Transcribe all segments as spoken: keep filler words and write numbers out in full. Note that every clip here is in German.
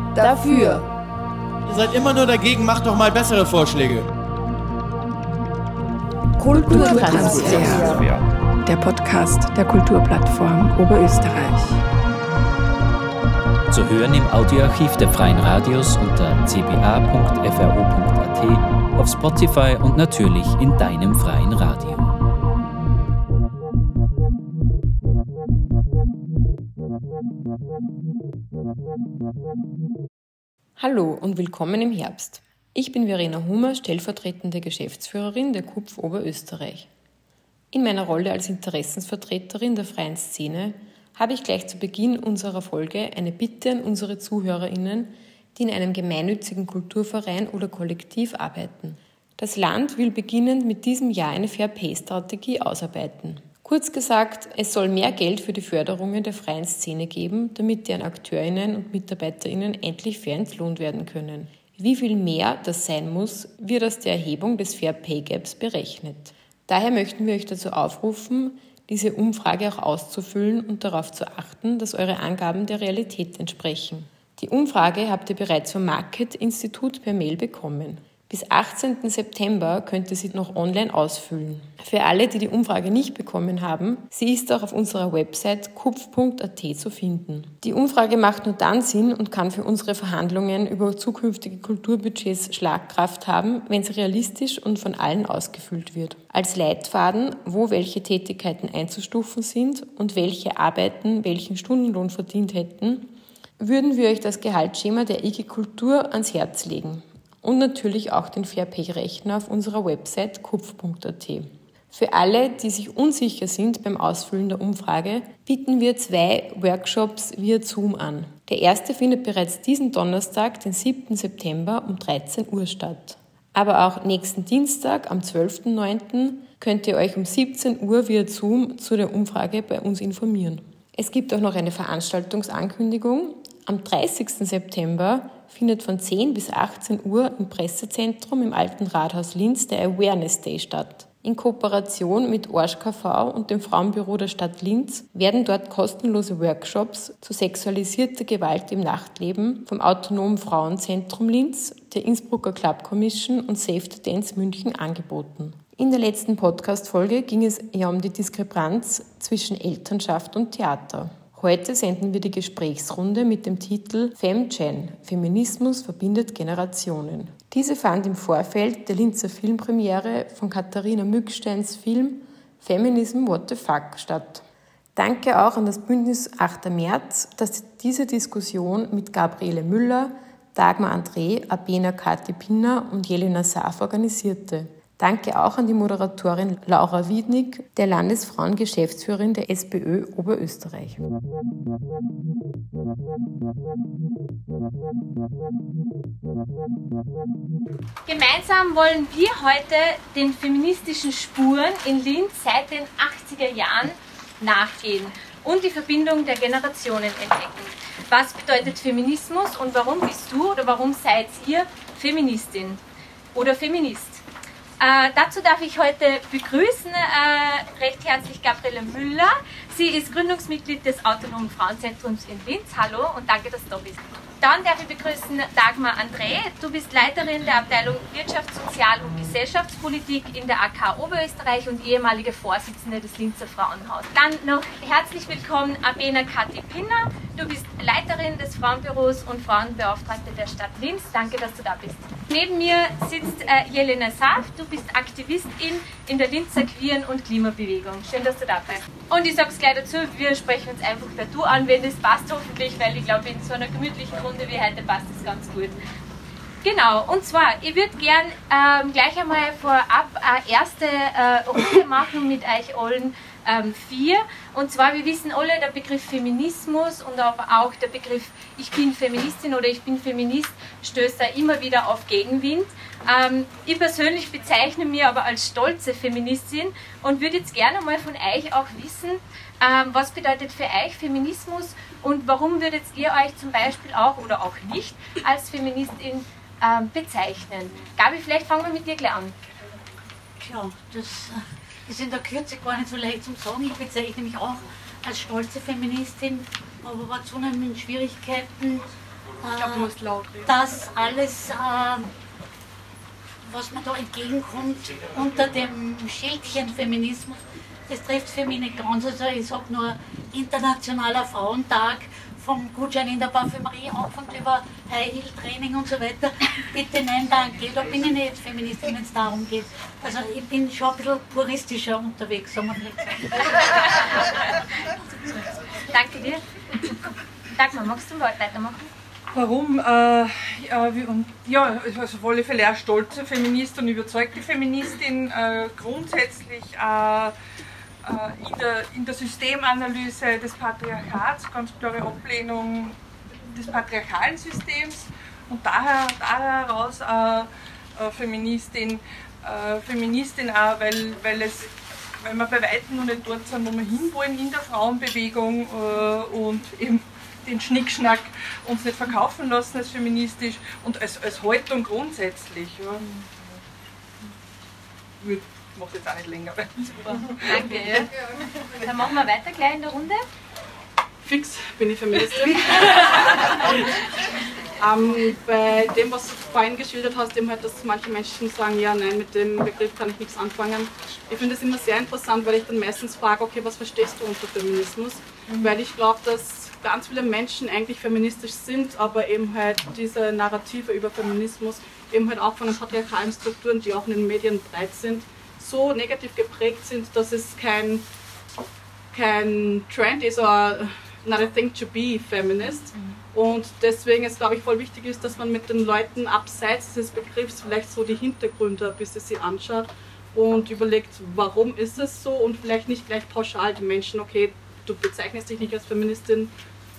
Dafür. Ihr seid immer nur dagegen, macht doch mal bessere Vorschläge. Kulturtransfer. Der Podcast der Kulturplattform Oberösterreich. Zu hören im Audioarchiv der Freien Radios unter c b a punkt f r o punkt a t, auf Spotify und natürlich in deinem freien Radio. Hallo und willkommen im Herbst. Ich bin Verena Hummer, stellvertretende Geschäftsführerin der K U P F Oberösterreich. In meiner Rolle als Interessensvertreterin der freien Szene habe ich gleich zu Beginn unserer Folge eine Bitte an unsere ZuhörerInnen, die in einem gemeinnützigen Kulturverein oder Kollektiv arbeiten. Das Land will beginnend mit diesem Jahr eine Fair-Pay-Strategie ausarbeiten. Kurz gesagt, es soll mehr Geld für die Förderungen der freien Szene geben, damit deren AkteurInnen und MitarbeiterInnen endlich fair entlohnt werden können. Wie viel mehr das sein muss, wird aus der Erhebung des Fair Pay Gaps berechnet. Daher möchten wir euch dazu aufrufen, diese Umfrage auch auszufüllen und darauf zu achten, dass eure Angaben der Realität entsprechen. Die Umfrage habt ihr bereits vom Market-Institut per Mail bekommen. Bis achtzehnten September könnt ihr sie noch online ausfüllen. Für alle, die die Umfrage nicht bekommen haben, sie ist auch auf unserer Website kupf punkt a t zu finden. Die Umfrage macht nur dann Sinn und kann für unsere Verhandlungen über zukünftige Kulturbudgets Schlagkraft haben, wenn sie realistisch und von allen ausgefüllt wird. Als Leitfaden, wo welche Tätigkeiten einzustufen sind und welche Arbeiten welchen Stundenlohn verdient hätten, würden wir euch das Gehaltsschema der I G Kultur ans Herz legen. Und natürlich auch den Fair-Pay-Rechner auf unserer Website kupf punkt a t. Für alle, die sich unsicher sind beim Ausfüllen der Umfrage, bieten wir zwei Workshops via Zoom an. Der erste findet bereits diesen Donnerstag, den siebten September um dreizehn Uhr statt. Aber auch nächsten Dienstag, am zwölften neunten könnt ihr euch um siebzehn Uhr via Zoom zu der Umfrage bei uns informieren. Es gibt auch noch eine Veranstaltungsankündigung. Am dreißigsten September findet von zehn bis achtzehn Uhr im Pressezentrum im Alten Rathaus Linz der Awareness Day statt. In Kooperation mit Orsch K V und dem Frauenbüro der Stadt Linz werden dort kostenlose Workshops zu sexualisierter Gewalt im Nachtleben vom Autonomen Frauenzentrum Linz, der Innsbrucker Club Commission und Save the Dance München angeboten. In der letzten Podcast-Folge ging es ja um die Diskrepanz zwischen Elternschaft und Theater. Heute senden wir die Gesprächsrunde mit dem Titel FemGen – Feminismus verbindet Generationen. Diese fand im Vorfeld der Linzer Filmpremiere von Katharina Mücksteins Film Feminism What the Fuck statt. Danke auch an das Bündnis achter März, das diese Diskussion mit Gabriele Müller, Dagmar André, Abena Kati Pinner und Jelena Saaf organisierte. Danke auch an die Moderatorin Laura Wiednig, der Landesfrauengeschäftsführerin der SPÖ Oberösterreich. Gemeinsam wollen wir heute den feministischen Spuren in Linz seit den achtziger Jahren nachgehen und die Verbindung der Generationen entdecken. Was bedeutet Feminismus und warum bist du oder warum seid ihr Feministin oder Feminist? Äh, dazu darf ich heute begrüßen äh, recht herzlich Gabriele Müller. Sie ist Gründungsmitglied des Autonomen Frauenzentrums in Linz. Hallo und danke, dass du da bist. Dann darf ich begrüßen Dagmar André. Du bist Leiterin der Abteilung Wirtschafts-, Sozial- und Gesellschaftspolitik in der A K Oberösterreich und ehemalige Vorsitzende des Linzer Frauenhauses. Dann noch herzlich willkommen Abena Kati Pinner. Du bist Leiterin des Frauenbüros und Frauenbeauftragte der Stadt Linz. Danke, dass du da bist. Neben mir sitzt äh, Jelena Saaf. Du bist Aktivistin in der Linzer Queeren- und Klimabewegung. Schön, dass du da bist. Und ich sage es gleich dazu, wir sprechen uns einfach per Du an, wenn das passt hoffentlich, weil ich glaube, in so einer gemütlichen Runde wie heute passt das ganz gut. Genau, und zwar, ich würde gern ähm, gleich einmal vorab eine erste äh, Runde machen mit euch allen ähm, vier. Und zwar, wir wissen alle, der Begriff Feminismus und aber auch der Begriff ich bin Feministin oder ich bin Feminist stößt da immer wieder auf Gegenwind. Ähm, ich persönlich bezeichne mich aber als stolze Feministin und würde jetzt gerne mal von euch auch wissen, ähm, was bedeutet für euch Feminismus und warum würdet ihr euch zum Beispiel auch oder auch nicht als Feministin ähm, bezeichnen? Gabi, vielleicht fangen wir mit dir gleich an. Ja, das ist in der Kürze gar nicht so leicht zu sagen. Ich bezeichne mich auch als stolze Feministin, aber war zunehmend Schwierigkeiten Ich glaube, du musst laut reden. dass alles, äh, was man da entgegenkommt, unter dem Schildchen Feminismus, das trifft für mich nicht ganz. Also ich sage nur Internationaler Frauentag, vom Gutschein in der Parfümerie angefangen über High Heel Training und so weiter. Bitte nein, danke. Da bin ich nicht Feministin, wenn es darum geht. Also ich bin schon ein bisschen puristischer unterwegs, sagen wir vielleicht. Danke dir. Dagmar, magst du weitermachen? Warum? Äh, ja, wie, und, ja, also auf alle Fälle eine stolze Feministin und überzeugte Feministin, äh, grundsätzlich äh, äh, in, der, in der Systemanalyse des Patriarchats, ganz klare Ablehnung des patriarchalen Systems und daher, daher heraus äh, äh, Feministin, äh, Feministin auch, weil, weil, es, weil wir bei weitem noch nicht dort sind, wo wir hinwollen in der Frauenbewegung äh, und eben den Schnickschnack uns nicht verkaufen lassen als feministisch und als, als Haltung grundsätzlich. Ja. Ich mache jetzt auch nicht länger. Danke. Ja. Dann machen wir weiter gleich in der Runde. Fix bin ich Feministin. ähm, bei dem, was du vorhin geschildert hast, eben halt, dass manche Menschen sagen, ja, nein, mit dem Begriff kann ich nichts anfangen. Ich finde es immer sehr interessant, weil ich dann meistens frage, okay, was verstehst du unter Feminismus? Mhm. Weil ich glaube, dass ganz viele Menschen eigentlich feministisch sind, aber eben halt diese Narrative über Feminismus, eben halt auch von den patriarchalen Strukturen, die auch in den Medien breit sind, so negativ geprägt sind, dass es kein, kein Trend ist oder not a thing to be feminist. Und deswegen ist, glaube ich, voll wichtig ist, dass man mit den Leuten abseits dieses Begriffs vielleicht so die Hintergründe ein bisschen sich anschaut und überlegt, warum ist es so und vielleicht nicht gleich pauschal die Menschen, okay, du bezeichnest dich nicht als Feministin,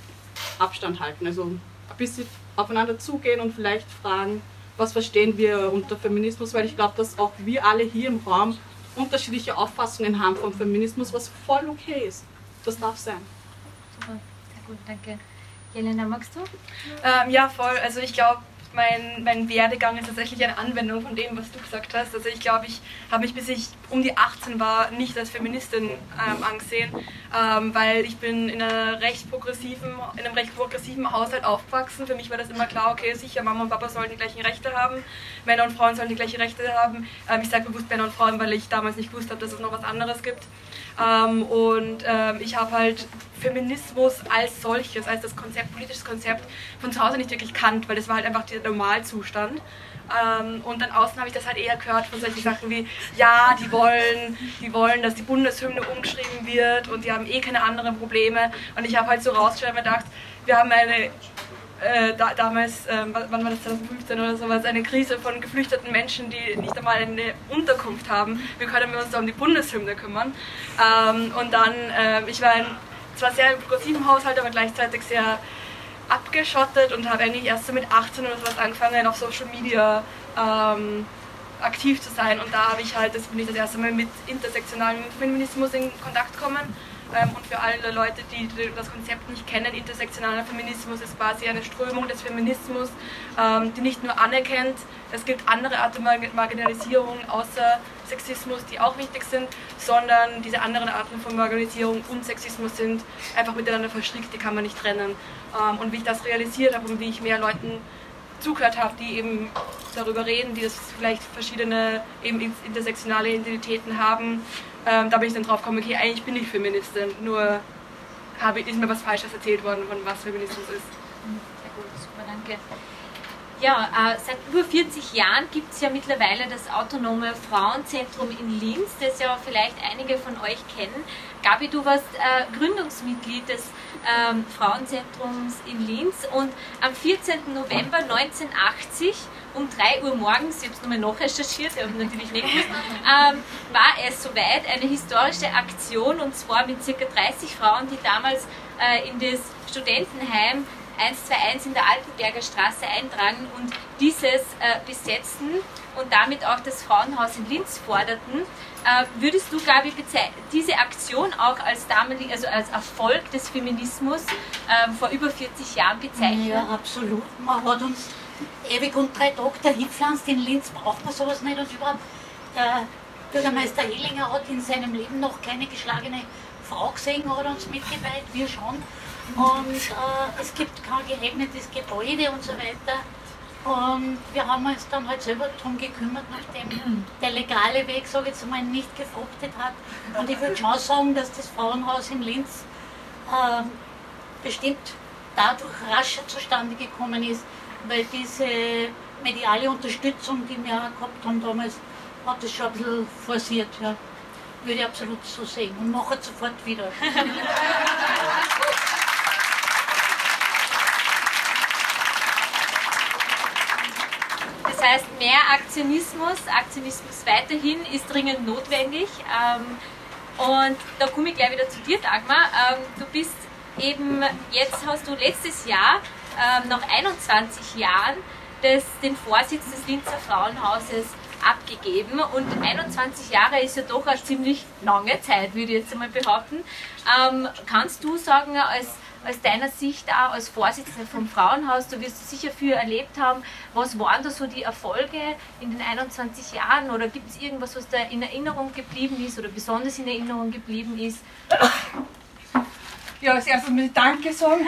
Abstand halten. Also ein bisschen aufeinander zugehen und vielleicht fragen, was verstehen wir unter Feminismus, weil ich glaube, dass auch wir alle hier im Raum unterschiedliche Auffassungen haben vom Feminismus, was voll okay ist. Das darf sein. Super, sehr gut, danke. Jelena, magst du? Ähm, ja, voll. Also ich glaube, mein, mein Werdegang ist tatsächlich eine Anwendung von dem, was du gesagt hast. Also ich glaube, ich habe mich, bis ich um die achtzehn war, nicht als Feministin ähm, angesehen, ähm, weil ich bin in, einer recht progressiven, in einem recht progressiven Haushalt aufgewachsen. Für mich war das immer klar, okay, sicher, Mama und Papa sollen die gleichen Rechte haben, Männer und Frauen sollen die gleichen Rechte haben. Ähm, ich sage bewusst Männer und Frauen, weil ich damals nicht gewusst habe, dass es noch was anderes gibt. Ähm, und ähm, ich habe halt Feminismus als solches, als das Konzept, politisches Konzept von zu Hause nicht wirklich kannt, weil das war halt einfach der Normalzustand. Ähm, und dann außen habe ich das halt eher gehört von solchen Sachen wie, ja, die wollen, die wollen, dass die Bundeshymne umgeschrieben wird und die haben eh keine anderen Probleme. Und ich habe halt so rausgeschaut und mir gedacht, wir haben eine, äh, da, damals, äh, wann war das, zwanzig fünfzehn oder sowas, eine Krise von geflüchteten Menschen, die nicht einmal eine Unterkunft haben. Wie können wir uns da um die Bundeshymne kümmern? Ähm, und dann, äh, ich war ein zwar sehr im progressiven Haushalt, aber gleichzeitig sehr abgeschottet und habe eigentlich erst so mit achtzehn oder sowas angefangen, auf Social Media ähm, aktiv zu sein. Und da habe ich halt, das bin ich das erste Mal mit intersektionalem Feminismus in Kontakt gekommen. Ähm, und für alle Leute, die das Konzept nicht kennen, intersektionaler Feminismus ist quasi eine Strömung des Feminismus, ähm, die nicht nur anerkennt, es gibt andere Arten der Marginalisierung außer Sexismus, die auch wichtig sind, sondern diese anderen Arten von Marginalisierung und Sexismus sind einfach miteinander verstrickt, die kann man nicht trennen. Ähm, und wie ich das realisiert habe und wie ich mehr Leuten zugehört habe, die eben darüber reden, die das vielleicht verschiedene eben intersektionale Identitäten haben, ähm, da bin ich dann drauf gekommen, okay, eigentlich bin ich Feministin, nur habe, ist mir was Falsches erzählt worden, von was Feminismus ist. Sehr gut, super, danke. Ja, äh, seit über vierzig Jahren gibt es ja mittlerweile das Autonome Frauenzentrum in Linz, das ja vielleicht einige von euch kennen. Gabi, du warst äh, Gründungsmitglied des ähm, Frauenzentrums in Linz und am vierzehnten November neunzehnhundertachtzig um drei Uhr morgens, ich habe es nochmal nachrecherchiert, ich habe natürlich nicht gewusst, ähm, war es soweit, eine historische Aktion, und zwar mit ca. dreißig Frauen, die damals äh, in das Studentenheim eins zwei eins in der Altenberger Straße eintragen und dieses äh, besetzten und damit auch das Frauenhaus in Linz forderten. Äh, würdest du, Gabi, diese Aktion auch als, damalig, also als Erfolg des Feminismus äh, vor über vierzig Jahren bezeichnen? Ja, absolut. Man hat uns ewig und drei Tage dahin gepflanzt. In Linz braucht man sowas nicht. Und überhaupt, der Bürgermeister Ehlinger hat in seinem Leben noch keine geschlagene Frau gesehen, hat uns mitgeteilt, wir schon. Und äh, es gibt kein geeignetes Gebäude und so weiter. Und wir haben uns dann halt selber darum gekümmert, nachdem der legale Weg, sage ich jetzt mal, nicht gefruchtet hat. Und ich würde schon sagen, dass das Frauenhaus in Linz äh, bestimmt dadurch rascher zustande gekommen ist, weil diese mediale Unterstützung, die wir auch gehabt haben damals, hat das schon ein bisschen forciert. Ja. Würde ich absolut so sehen und mache es sofort wieder. Das heißt, mehr Aktionismus, Aktionismus weiterhin ist dringend notwendig. Und da komme ich gleich wieder zu dir, Dagmar. Du bist eben, jetzt hast du letztes Jahr, nach einundzwanzig Jahren, das, den Vorsitz des Linzer Frauenhauses abgegeben. Und einundzwanzig Jahre ist ja doch eine ziemlich lange Zeit, würde ich jetzt einmal behaupten. Kannst du sagen, als aus deiner Sicht auch als Vorsitzende vom Frauenhaus, du wirst sicher viel erlebt haben, was waren da so die Erfolge in den einundzwanzig Jahren oder gibt es irgendwas, was da in Erinnerung geblieben ist oder besonders in Erinnerung geblieben ist? Ja, als erstes muss ich Danke sagen.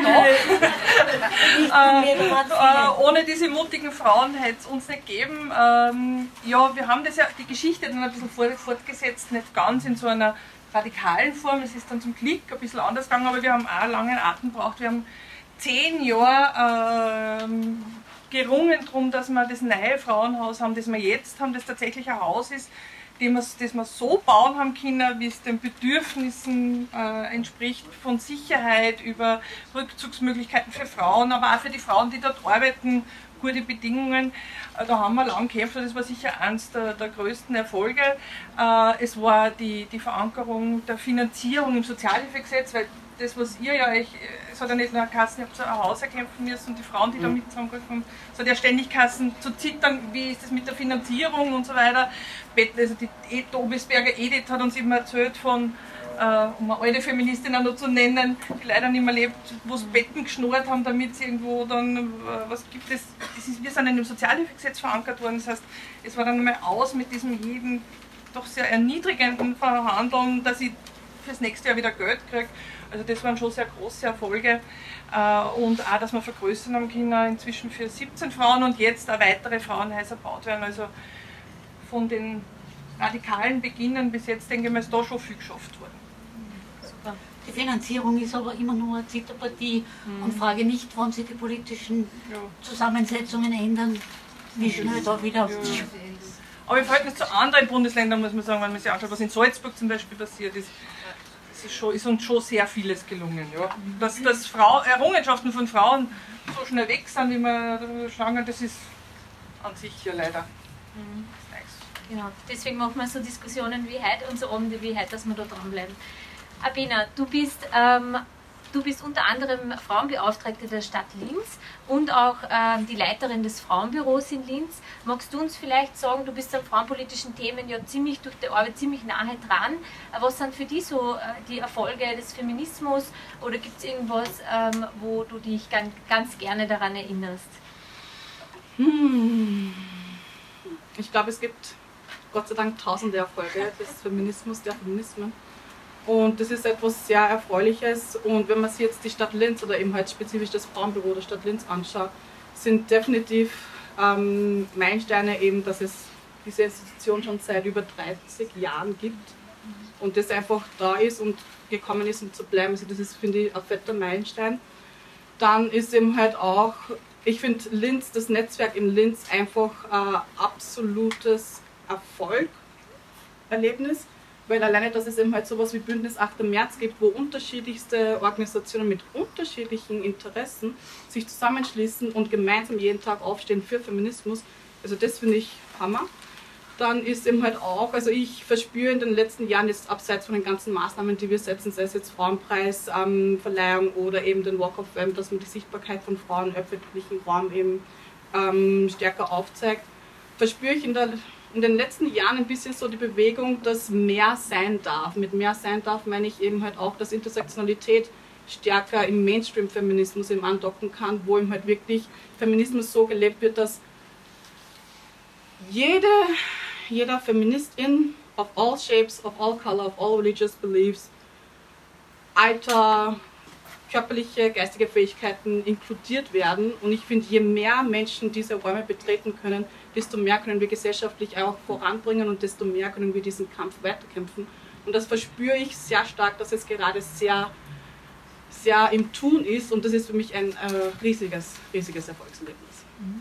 äh, äh, ohne diese mutigen Frauen hätte es uns nicht gegeben. Ähm, ja, wir haben das ja, die Geschichte dann ein bisschen fortgesetzt, nicht ganz in so einer radikalen Form, es ist dann zum Glück ein bisschen anders gegangen, aber wir haben auch einen langen Atem gebraucht. Wir haben zehn Jahre ähm, gerungen darum, dass wir das neue Frauenhaus haben, das wir jetzt haben, das tatsächlich ein Haus ist, das wir so bauen haben können, wie es den Bedürfnissen äh, entspricht, von Sicherheit über Rückzugsmöglichkeiten für Frauen, aber auch für die Frauen, die dort arbeiten, gute Bedingungen. Da haben wir lang gekämpft und das war sicher eines der, der größten Erfolge. Es war die, die Verankerung der Finanzierung im Sozialhilfegesetz, weil das, was ihr ja euch, es hat ja nicht nur Kassen, ihr habt so ein Haus erkämpfen müssen und die Frauen, die da mit zusammengeholfen haben, es hat ja ständig Kassen zu zittern, wie ist das mit der Finanzierung und so weiter. Also die Dobelsberger Edith hat uns immer erzählt von, Uh, um eine alte Feministin auch noch zu nennen, die leider nicht mehr lebt, wo sie Betten geschnurrt haben, damit es irgendwo dann, uh, was gibt es, das ist, wir sind in dem Sozialhilfegesetz verankert worden, das heißt, es war dann einmal aus mit diesem jeden doch sehr erniedrigenden Verhandeln, dass ich fürs nächste Jahr wieder Geld kriege. Also das waren schon sehr große Erfolge uh, und auch, dass wir vergrößern haben können, inzwischen für siebzehn Frauen und jetzt auch weitere Frauenhäuser gebaut werden, also von den radikalen Beginnen bis jetzt, denke ich mal, ist da schon viel geschafft worden. Die Finanzierung ist aber immer nur eine Zitterpartie mhm. und frage nicht, wann sich die politischen ja. Zusammensetzungen ändern, wie schnell da wieder. Ja. Aber im Verhältnis zu anderen Bundesländern muss man sagen, wenn man sich anschaut, was in Salzburg zum Beispiel passiert ist, ist, schon, ist uns schon sehr vieles gelungen. Ja. Dass, dass Frau, Errungenschaften von Frauen so schnell weg sind, wie man schauen, das ist an sich ja leider. Mhm. Genau, deswegen machen wir so Diskussionen wie heute und so Abende wie heute, dass wir da dranbleiben. Abena, du bist, ähm, du bist unter anderem Frauenbeauftragte der Stadt Linz und auch ähm, die Leiterin des Frauenbüros in Linz. Magst du uns vielleicht sagen, du bist an frauenpolitischen Themen ja ziemlich durch die Arbeit ziemlich nahe dran. Was sind für dich so äh, die Erfolge des Feminismus oder gibt es irgendwas, ähm, wo du dich ganz, ganz gerne daran erinnerst? Hm. Ich glaube, es gibt Gott sei Dank tausende Erfolge des Feminismus, der Feminismen. Und das ist etwas sehr Erfreuliches. Und wenn man sich jetzt die Stadt Linz oder eben halt spezifisch das Frauenbüro der Stadt Linz anschaut, sind definitiv ähm, Meilensteine eben, dass es diese Institution schon seit über dreißig Jahren gibt und das einfach da ist und gekommen ist, um zu bleiben. Also das ist, finde ich, ein fetter Meilenstein. Dann ist eben halt auch, ich finde Linz, das Netzwerk in Linz einfach ein absolutes Erfolg-Erlebnis, weil alleine, dass es eben halt sowas wie Bündnis achter März gibt, wo unterschiedlichste Organisationen mit unterschiedlichen Interessen sich zusammenschließen und gemeinsam jeden Tag aufstehen für Feminismus, also das finde ich Hammer. Dann ist eben halt auch, also ich verspüre in den letzten Jahren jetzt abseits von den ganzen Maßnahmen, die wir setzen, sei es jetzt Frauenpreis, ähm, Verleihung oder eben den Walk of Fame, dass man die Sichtbarkeit von Frauen im öffentlichen Raum eben ähm, stärker aufzeigt, verspüre ich in der in den letzten Jahren ein bisschen so die Bewegung, dass mehr sein darf. Mit mehr sein darf meine ich eben halt auch, dass Intersektionalität stärker im Mainstream-Feminismus eben andocken kann, wo eben halt wirklich Feminismus so gelebt wird, dass jede, jeder Feministin of all shapes, of all color, of all religious beliefs, Alter, körperliche, geistige Fähigkeiten inkludiert werden. Und ich finde, je mehr Menschen diese Räume betreten können, desto mehr können wir gesellschaftlich auch voranbringen und desto mehr können wir diesen Kampf weiterkämpfen. Und das verspüre ich sehr stark, dass es gerade sehr, sehr im Tun ist. Und das ist für mich ein äh, riesiges, riesiges Erfolgserlebnis. Mhm.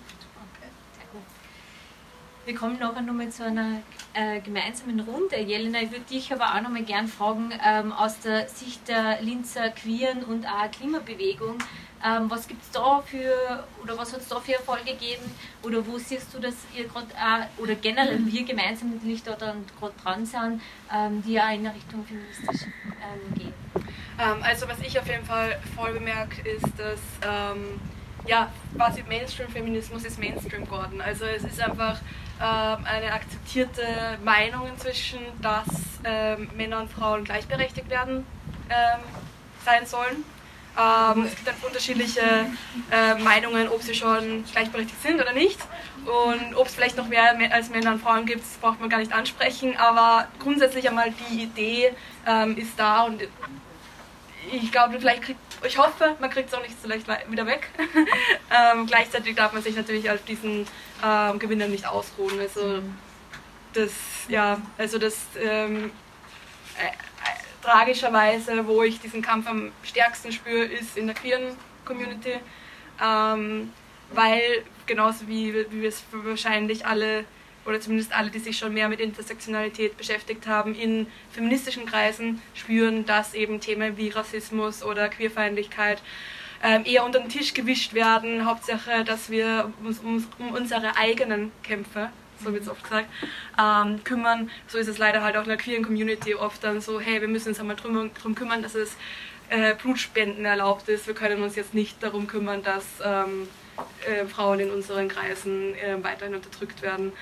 Wir kommen nachher nochmal zu einer äh, gemeinsamen Runde. Jelena, ich würde dich aber auch nochmal gern fragen, ähm, aus der Sicht der Linzer Queeren und auch Klimabewegung, ähm, was gibt es da für, oder was hat es da für Erfolge gegeben, oder wo siehst du, dass ihr gerade auch, oder generell wir gemeinsam natürlich da dann gerade dran sind, ähm, die auch in Richtung feministisch ähm, gehen? Ähm, also was ich auf jeden Fall voll bemerke, ist, dass ähm, ja, quasi Mainstream-Feminismus ist Mainstream geworden. Also es ist einfach ähm, eine akzeptierte Meinung inzwischen, dass ähm, Männer und Frauen gleichberechtigt werden ähm, sein sollen. Ähm, es gibt dann unterschiedliche äh, Meinungen, ob sie schon gleichberechtigt sind oder nicht. Und ob es vielleicht noch mehr als Männer und Frauen gibt, das braucht man gar nicht ansprechen. Aber grundsätzlich einmal die Idee ähm, ist da und ich glaube, vielleicht kriegt, ich hoffe, man kriegt es auch nicht so leicht wieder weg. ähm, gleichzeitig darf man sich natürlich auf diesen ähm, Gewinnern nicht ausruhen. Also das, ja, also das ähm, äh, äh, tragischerweise, wo ich diesen Kampf am stärksten spüre, ist in der queeren Community, ähm, weil genauso wie, wie wir es wahrscheinlich alle oder zumindest alle, die sich schon mehr mit Intersektionalität beschäftigt haben, in feministischen Kreisen spüren, dass eben Themen wie Rassismus oder Queerfeindlichkeit ähm, eher unter den Tisch gewischt werden. Hauptsache, dass wir uns um, um unsere eigenen Kämpfe, so wird es oft gesagt, ähm, kümmern. So ist es leider halt auch in der queeren Community oft dann so, hey, wir müssen uns einmal drum, drum kümmern, dass es äh, Blutspenden erlaubt ist. Wir können uns jetzt nicht darum kümmern, dass ähm, äh, Frauen in unseren Kreisen äh, weiterhin unterdrückt werden.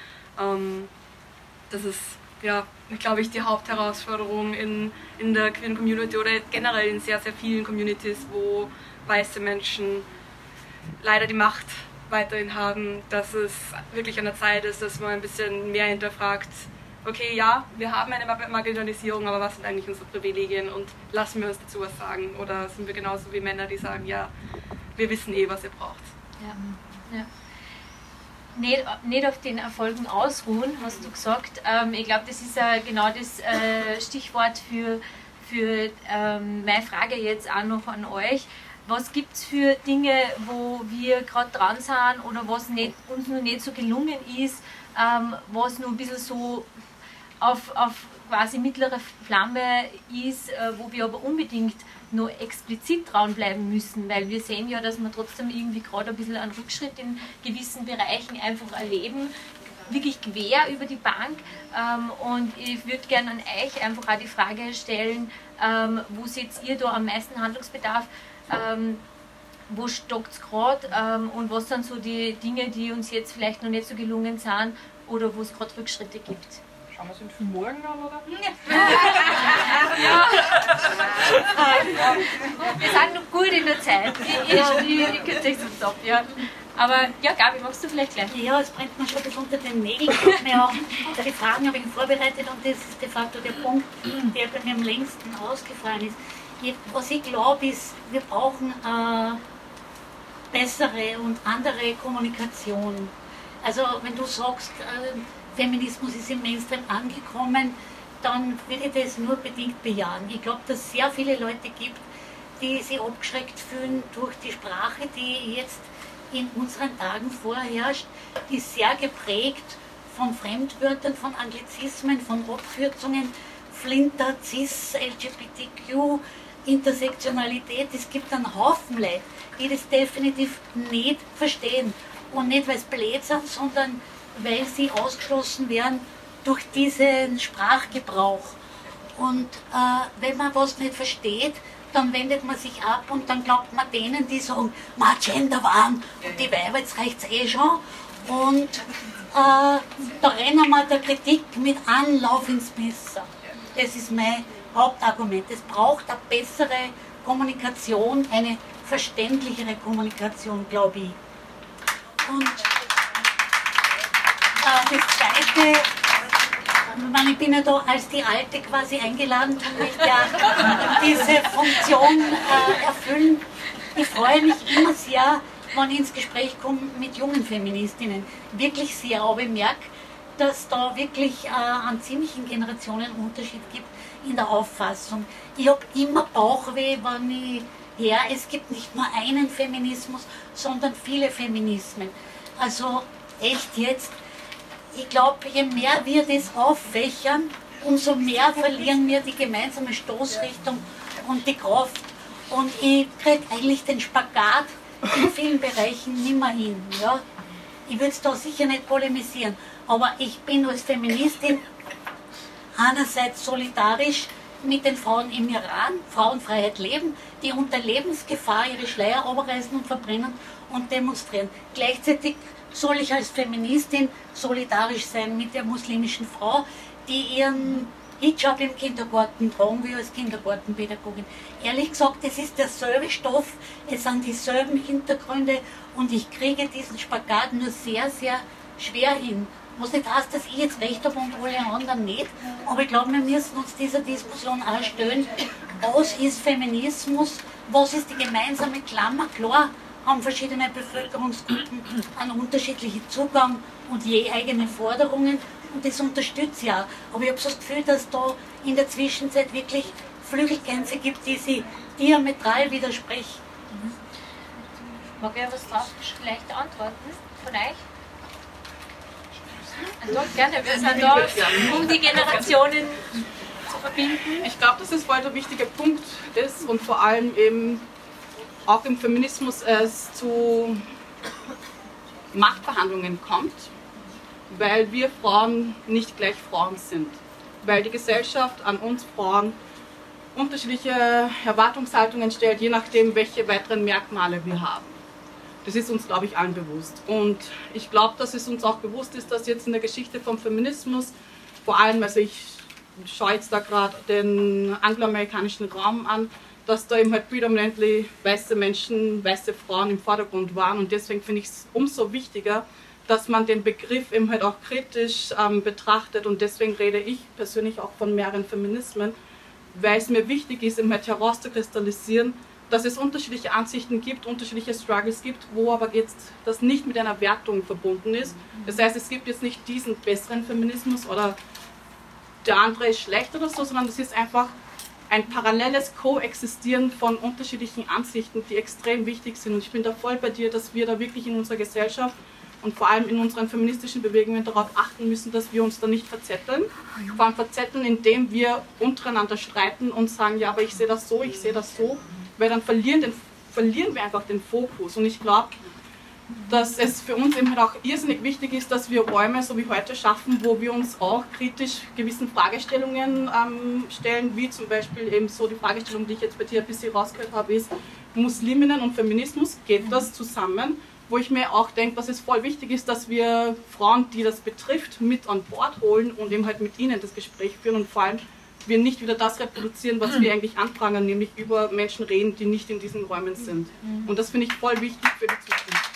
Das ist, ja, glaube ich, die Hauptherausforderung in, in der queeren Community oder generell in sehr, sehr vielen Communities, wo weiße Menschen leider die Macht weiterhin haben, dass es wirklich an der Zeit ist, dass man ein bisschen mehr hinterfragt, okay, ja, wir haben eine Marginalisierung, aber was sind eigentlich unsere Privilegien und lassen wir uns dazu was sagen? Oder sind wir genauso wie Männer, die sagen, ja, wir wissen eh, was ihr braucht. Ja, ja. Nicht, nicht auf den Erfolgen ausruhen, hast du gesagt. Ähm, ich glaube, das ist äh, genau das äh, Stichwort für, für ähm, meine Frage jetzt auch noch an euch. Was gibt es für Dinge, wo wir gerade dran sind oder was nicht, uns noch nicht so gelungen ist, ähm, was nur ein bisschen so auf, auf quasi mittlere Flamme ist, äh, wo wir aber unbedingt nur explizit dranbleiben müssen, weil wir sehen ja, dass wir trotzdem irgendwie gerade ein bisschen einen Rückschritt in gewissen Bereichen einfach erleben, wirklich quer über die Bank. Ähm, und ich würde gerne an euch einfach auch die Frage stellen, ähm, wo seht ihr da am meisten Handlungsbedarf, ähm, wo stockt es gerade ähm, und was sind so die Dinge, die uns jetzt vielleicht noch nicht so gelungen sind oder wo es gerade Rückschritte gibt. Schauen wir es uns für morgen an, oder? Ja. Wir sind noch gut in der Zeit. Ich, ich, ich, ich könnte euch sonst ab, ja. Aber ja, Gabi, magst du vielleicht gleich? Ja, es brennt mir schon bis unter den Nägeln. Mir die Fragen habe ich vorbereitet und das ist de facto der Punkt, der bei mir am längsten ausgefallen ist. Ich, was ich glaube, ist, wir brauchen äh, bessere und andere Kommunikation. Also wenn du sagst, äh, Feminismus ist im Mainstream angekommen, dann würde ich das nur bedingt bejahen. Ich glaube, dass es sehr viele Leute gibt, die sich abgeschreckt fühlen durch die Sprache, die jetzt in unseren Tagen vorherrscht, die ist sehr geprägt von Fremdwörtern, von Anglizismen, von Abkürzungen, Flinter, Cis, L G B T Q, Intersektionalität. Es gibt einen Haufen Leute, die das definitiv nicht verstehen. Und nicht, weil es blöd sind, sondern weil sie ausgeschlossen werden durch diesen Sprachgebrauch. Und äh, wenn man was nicht versteht, dann wendet man sich ab und dann glaubt man denen, die sagen, ma Genderwahn und die Weiber, jetzt reicht es eh schon. Und äh, da rennen wir der Kritik mit Anlauf ins Messer. Das ist mein Hauptargument. Es braucht eine bessere Kommunikation, eine verständlichere Kommunikation, glaube ich. Und äh, das Zweite, ich bin ja da als die Alte quasi eingeladen und möchte ja diese Funktion äh, erfüllen. Ich freue mich immer sehr, wenn ich ins Gespräch komme mit jungen Feministinnen. Wirklich sehr, aber ich merke, dass da wirklich äh, einen ziemlichen Generationenunterschied gibt in der Auffassung. Ich habe immer Bauchweh, wenn ich her, es gibt nicht nur einen Feminismus, sondern viele Feminismen. Also echt jetzt, ich glaube, je mehr wir das auffächern, umso mehr verlieren wir die gemeinsame Stoßrichtung und die Kraft. Und ich kriege eigentlich den Spagat in vielen Bereichen nicht mehr hin. Ja? Ich würde es da sicher nicht polemisieren, aber ich bin als Feministin einerseits solidarisch mit den Frauen im Iran, Frauenfreiheit leben, die unter Lebensgefahr ihre Schleier abreißen und verbrennen und demonstrieren. Gleichzeitig soll ich als Feministin solidarisch sein mit der muslimischen Frau, die ihren Hijab im Kindergarten tragen will als Kindergartenpädagogin. Ehrlich gesagt, es ist derselbe Stoff, es sind dieselben Hintergründe und ich kriege diesen Spagat nur sehr, sehr schwer hin. Was nicht heißt, dass ich jetzt recht habe und alle anderen nicht, aber ich glaube, wir müssen uns dieser Diskussion auch stellen, was ist Feminismus, was ist die gemeinsame Klammer, klar haben verschiedene Bevölkerungsgruppen einen unterschiedlichen Zugang und je eigene Forderungen und das unterstütze ich auch. Aber ich habe so das Gefühl, dass da in der Zwischenzeit wirklich Flügelkämpfe gibt, die sich diametral widersprechen. Mag ich was drauf vielleicht antworten von euch? Also gerne, wir sind da, um die Generationen zu verbinden. Ich glaube, dass es voll der wichtige Punkt ist und vor allem eben auch im Feminismus es zu Machtverhandlungen kommt, weil wir Frauen nicht gleich Frauen sind. Weil die Gesellschaft an uns Frauen unterschiedliche Erwartungshaltungen stellt, je nachdem, welche weiteren Merkmale wir haben. Das ist uns, glaube ich, allen bewusst. Und ich glaube, dass es uns auch bewusst ist, dass jetzt in der Geschichte vom Feminismus, vor allem, also ich schaue jetzt da gerade den angloamerikanischen Raum an, dass da eben halt predominantly weiße Menschen, weiße Frauen im Vordergrund waren. Und deswegen finde ich es umso wichtiger, dass man den Begriff eben halt auch kritisch ähm, betrachtet. Und deswegen rede ich persönlich auch von mehreren Feminismen, weil es mir wichtig ist, eben halt herauszukristallisieren, dass es unterschiedliche Ansichten gibt, unterschiedliche Struggles gibt, wo aber jetzt das nicht mit einer Wertung verbunden ist. Das heißt, es gibt jetzt nicht diesen besseren Feminismus oder der andere ist schlecht oder so, sondern es ist einfach ein paralleles Koexistieren von unterschiedlichen Ansichten, die extrem wichtig sind. Und ich bin da voll bei dir, dass wir da wirklich in unserer Gesellschaft und vor allem in unseren feministischen Bewegungen darauf achten müssen, dass wir uns da nicht verzetteln. Vor allem verzetteln, indem wir untereinander streiten und sagen, ja, aber ich sehe das so, ich sehe das so. Weil dann verlieren, den, verlieren wir einfach den Fokus. Und ich glaube, dass es für uns eben auch irrsinnig wichtig ist, dass wir Räume so wie heute schaffen, wo wir uns auch kritisch gewissen Fragestellungen ähm, stellen, wie zum Beispiel eben so die Fragestellung, die ich jetzt bei dir ein bisschen rausgehört habe, ist Musliminnen und Feminismus, geht das zusammen? Wo ich mir auch denke, dass es voll wichtig ist, dass wir Frauen, die das betrifft, mit an Bord holen und eben halt mit ihnen das Gespräch führen und vor allem wir nicht wieder das reproduzieren, was wir eigentlich anprangern, nämlich über Menschen reden, die nicht in diesen Räumen sind. Und das finde ich voll wichtig für die Zukunft.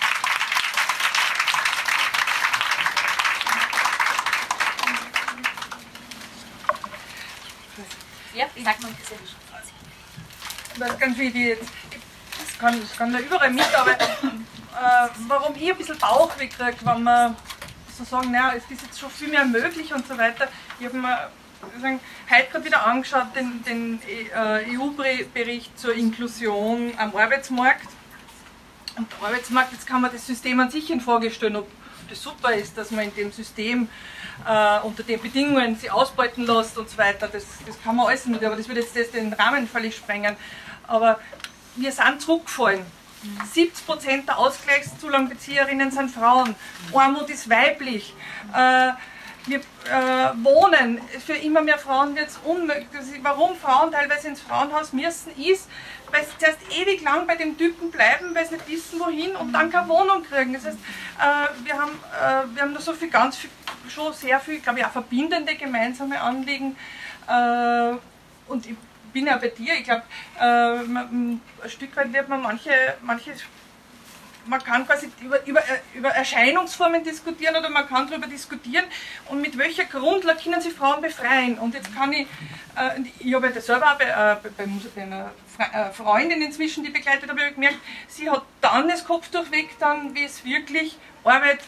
Ja, sag mal bitte. Ich weiß ganz wie die jetzt, das kann, das kann da überall mit, aber äh, warum ich ein bisschen Bauchweh kriege, wenn man so sagen, naja, es ist jetzt schon viel mehr möglich und so weiter. Ich habe mir sagen, heute gerade wieder angeschaut, den, den äh, E U-Bericht zur Inklusion am Arbeitsmarkt. Und der Arbeitsmarkt, jetzt kann man das System an sich in Frage stellen, ob das super ist, dass man in dem System äh, unter den Bedingungen sie ausbeuten lässt und so weiter. Das, das kann man alles nicht, aber das würde jetzt das den Rahmen völlig sprengen. Aber wir sind zurückgefallen. siebzig Prozent der Ausgleichszulagenbezieherinnen sind Frauen. Armut ist weiblich. Äh, Wir äh, wohnen, für immer mehr Frauen wird es unmöglich. Warum Frauen teilweise ins Frauenhaus müssen, ist, weil sie zuerst ewig lang bei dem Typen bleiben, weil sie nicht wissen, wohin und dann keine Wohnung kriegen. Das heißt, äh, wir haben, äh, wir haben da so viel, ganz viel, schon sehr viel, glaube ich, auch verbindende gemeinsame Anliegen. Äh, und ich bin ja bei dir, ich glaube, äh, ein Stück weit wird man manche, manche man kann quasi über, über, über Erscheinungsformen diskutieren oder man kann darüber diskutieren und mit welcher Grundlage können sie Frauen befreien. Und jetzt kann ich, äh, ich habe das selber auch bei, äh, bei, bei einer Freundin inzwischen, die begleitet habe, ich gemerkt, sie hat dann das Kopftuch weg, dann, wie es wirklich Arbeit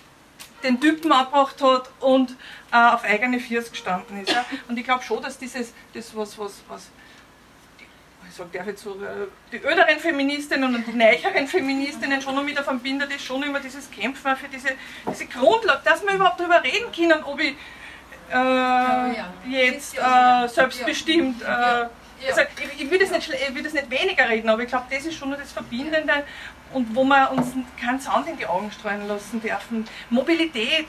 den Typen abgebracht hat und äh, auf eigene Füße gestanden ist. Ja. Und ich glaube schon, dass dieses, das was, was, was ich sage, darf jetzt so, die öderen Feministinnen und die neueren Feministinnen schon noch mit verbindet, ist schon immer dieses Kämpfen für diese, diese Grundlage, dass wir überhaupt darüber reden können, ob ich äh, ja, ja. jetzt äh, selbstbestimmt, ja. äh, also ich, ich will das nicht, ich will das nicht weniger reden, aber ich glaube, das ist schon nur das Verbindende und wo wir uns keinen Sand in die Augen streuen lassen dürfen. Mobilität,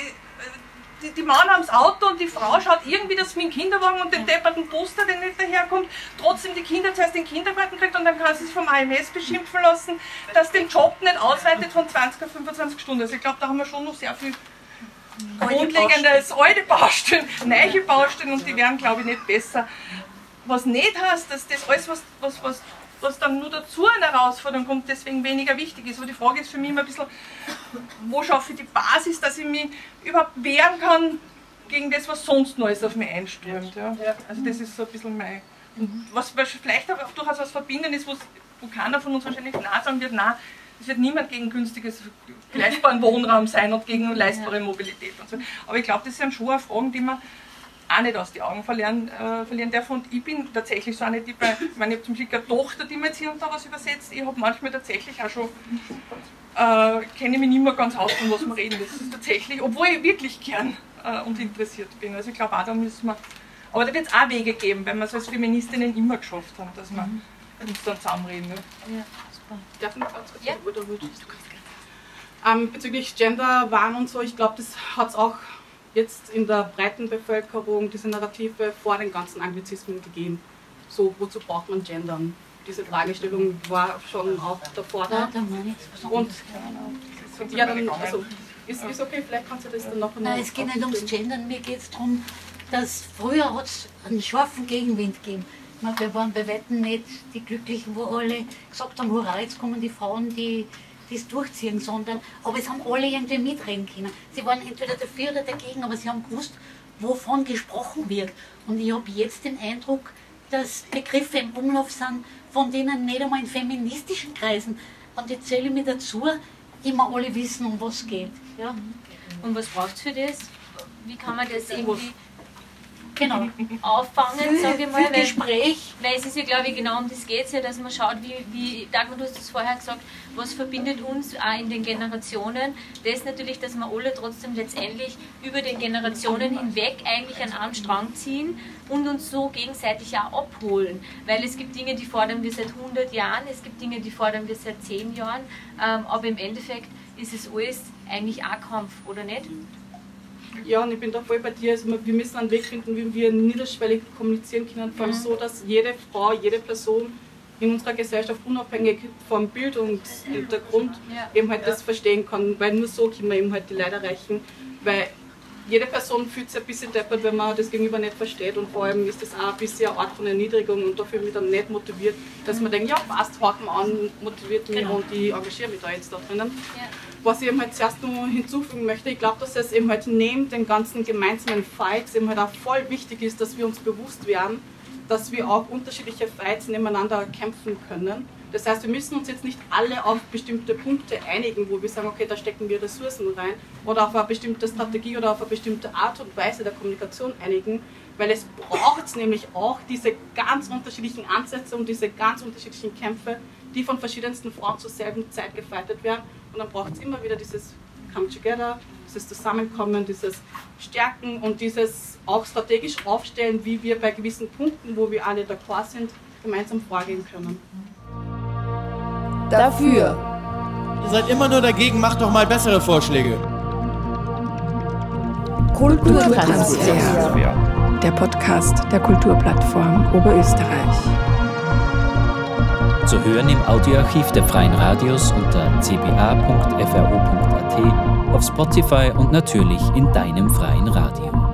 die, die Männer haben das Auto und die Frau schaut irgendwie, dass mit dem Kinderwagen und dem depperten Poster, der nicht daherkommt, trotzdem die Kinder zuerst den Kindergarten kriegt und dann kann sie sich vom A M S beschimpfen lassen, dass den Job nicht ausweitet von zwanzig auf fünfundzwanzig Stunden. Also ich glaube, da haben wir schon noch sehr viel grundlegendes, alte Baustellen, neue Baustellen und die werden, glaube ich, nicht besser. Was nicht heißt, dass das alles, was, was, was, was dann nur dazu eine Herausforderung kommt, deswegen weniger wichtig ist. Aber die Frage ist für mich immer ein bisschen, wo schaffe ich die Basis, dass ich mich überhaupt wehren kann gegen das, was sonst noch alles auf mich einströmt. Ja. Also das ist so ein bisschen mein... Und was vielleicht auch durchaus was verbinden ist, wo keiner von uns wahrscheinlich Nein sagen wird, nein, es wird niemand gegen günstiges, leistbaren Wohnraum sein und gegen leistbare Mobilität und so. Aber ich glaube, das sind schon Fragen, die man auch nicht aus den Augen verlieren, äh, verlieren darf. Und ich bin tatsächlich so eine, die bei, ich meine, ich habe zum Glück eine Tochter, die mir jetzt hier und da was übersetzt. Ich habe manchmal tatsächlich auch schon, äh, kenne mich nicht mehr ganz aus, von was wir reden. Das ist tatsächlich, obwohl ich wirklich gern äh, und interessiert bin. Also ich glaube auch, da müssen wir, aber da wird es auch Wege geben, weil wir es als Feministinnen immer geschafft haben, dass wir mhm. uns dann zusammenreden. Ne? Ja, super. Darf ich noch ganz kurz? Ja. Oder du kannst gerne. Ähm, bezüglich Genderwahn und so, ich glaube, das hat es auch jetzt in der breiten Bevölkerung diese Narrative vor den ganzen Anglizismen gegeben. So, wozu braucht man Gendern? Diese Fragestellung war schon auch davor da. Und ja, dann, also, ist, ist okay, vielleicht kannst du das dann noch... Nein, es geht nicht ums Gendern, mir geht es darum, dass früher hat es einen scharfen Gegenwind gegeben. Wir waren bei Weitem nicht die Glücklichen, wo alle gesagt haben, hurra, jetzt kommen die Frauen, die das durchziehen, sondern, aber es haben alle irgendwie mitreden können. Sie waren entweder dafür oder dagegen, aber sie haben gewusst, wovon gesprochen wird. Und ich habe jetzt den Eindruck, dass Begriffe im Umlauf sind, von denen nicht einmal in feministischen Kreisen, und jetzt zähle ich mir dazu, immer alle wissen, um was es geht. Ja? Und was braucht es für das? Wie kann man das irgendwie genau. auffangen, sage ich mal? Für Gespräch. Weil, weil es ist ja, glaube ich, genau um das geht es ja, dass man schaut, wie, wie Dagmar, du hast es vorher gesagt, was verbindet uns auch in den Generationen. Das ist natürlich, dass wir alle trotzdem letztendlich über den Generationen hinweg eigentlich an einem Strang ziehen und uns so gegenseitig auch abholen. Weil es gibt Dinge, die fordern wir seit hundert Jahren, es gibt Dinge, die fordern wir seit zehn Jahren, ähm, aber im Endeffekt ist es alles eigentlich auch Kampf, oder nicht? Ja, und ich bin da voll bei dir. Also wir müssen einen Weg finden, wie wir niederschwellig kommunizieren können, vor allem mhm. so, dass jede Frau, jede Person in unserer Gesellschaft unabhängig vom Bildungshintergrund ja. eben halt ja. das verstehen kann, weil nur so können wir eben halt die Leute erreichen, weil jede Person fühlt sich ein bisschen deppert, wenn man das Gegenüber nicht versteht, und vor allem ist das auch ein bisschen eine Art von Erniedrigung und dafür mich dann nicht motiviert, dass man denkt, ja passt, hört man an, motiviert mich genau. und ich engagiere mich da jetzt da drinnen. Ja. Was ich eben halt zuerst noch hinzufügen möchte, ich glaube, dass es eben halt neben den ganzen gemeinsamen Fights eben halt auch voll wichtig ist, dass wir uns bewusst werden, dass wir auch unterschiedliche Fights nebeneinander kämpfen können. Das heißt, wir müssen uns jetzt nicht alle auf bestimmte Punkte einigen, wo wir sagen, okay, da stecken wir Ressourcen rein, oder auf eine bestimmte Strategie oder auf eine bestimmte Art und Weise der Kommunikation einigen, weil es braucht nämlich auch diese ganz unterschiedlichen Ansätze und diese ganz unterschiedlichen Kämpfe, die von verschiedensten Frauen zur selben Zeit gefeitet werden. Und dann braucht es immer wieder dieses Come Together, dieses Zusammenkommen, dieses Stärken und dieses auch strategisch aufstellen, wie wir bei gewissen Punkten, wo wir alle d'accord sind, gemeinsam vorgehen können. Dafür. Ihr seid immer nur dagegen, macht doch mal bessere Vorschläge. Kulturtransfer. Der Podcast der Kulturplattform Oberösterreich. Zu hören im Audioarchiv der Freien Radios unter c b a punkt f r o punkt a t, auf Spotify und natürlich in deinem freien Radio.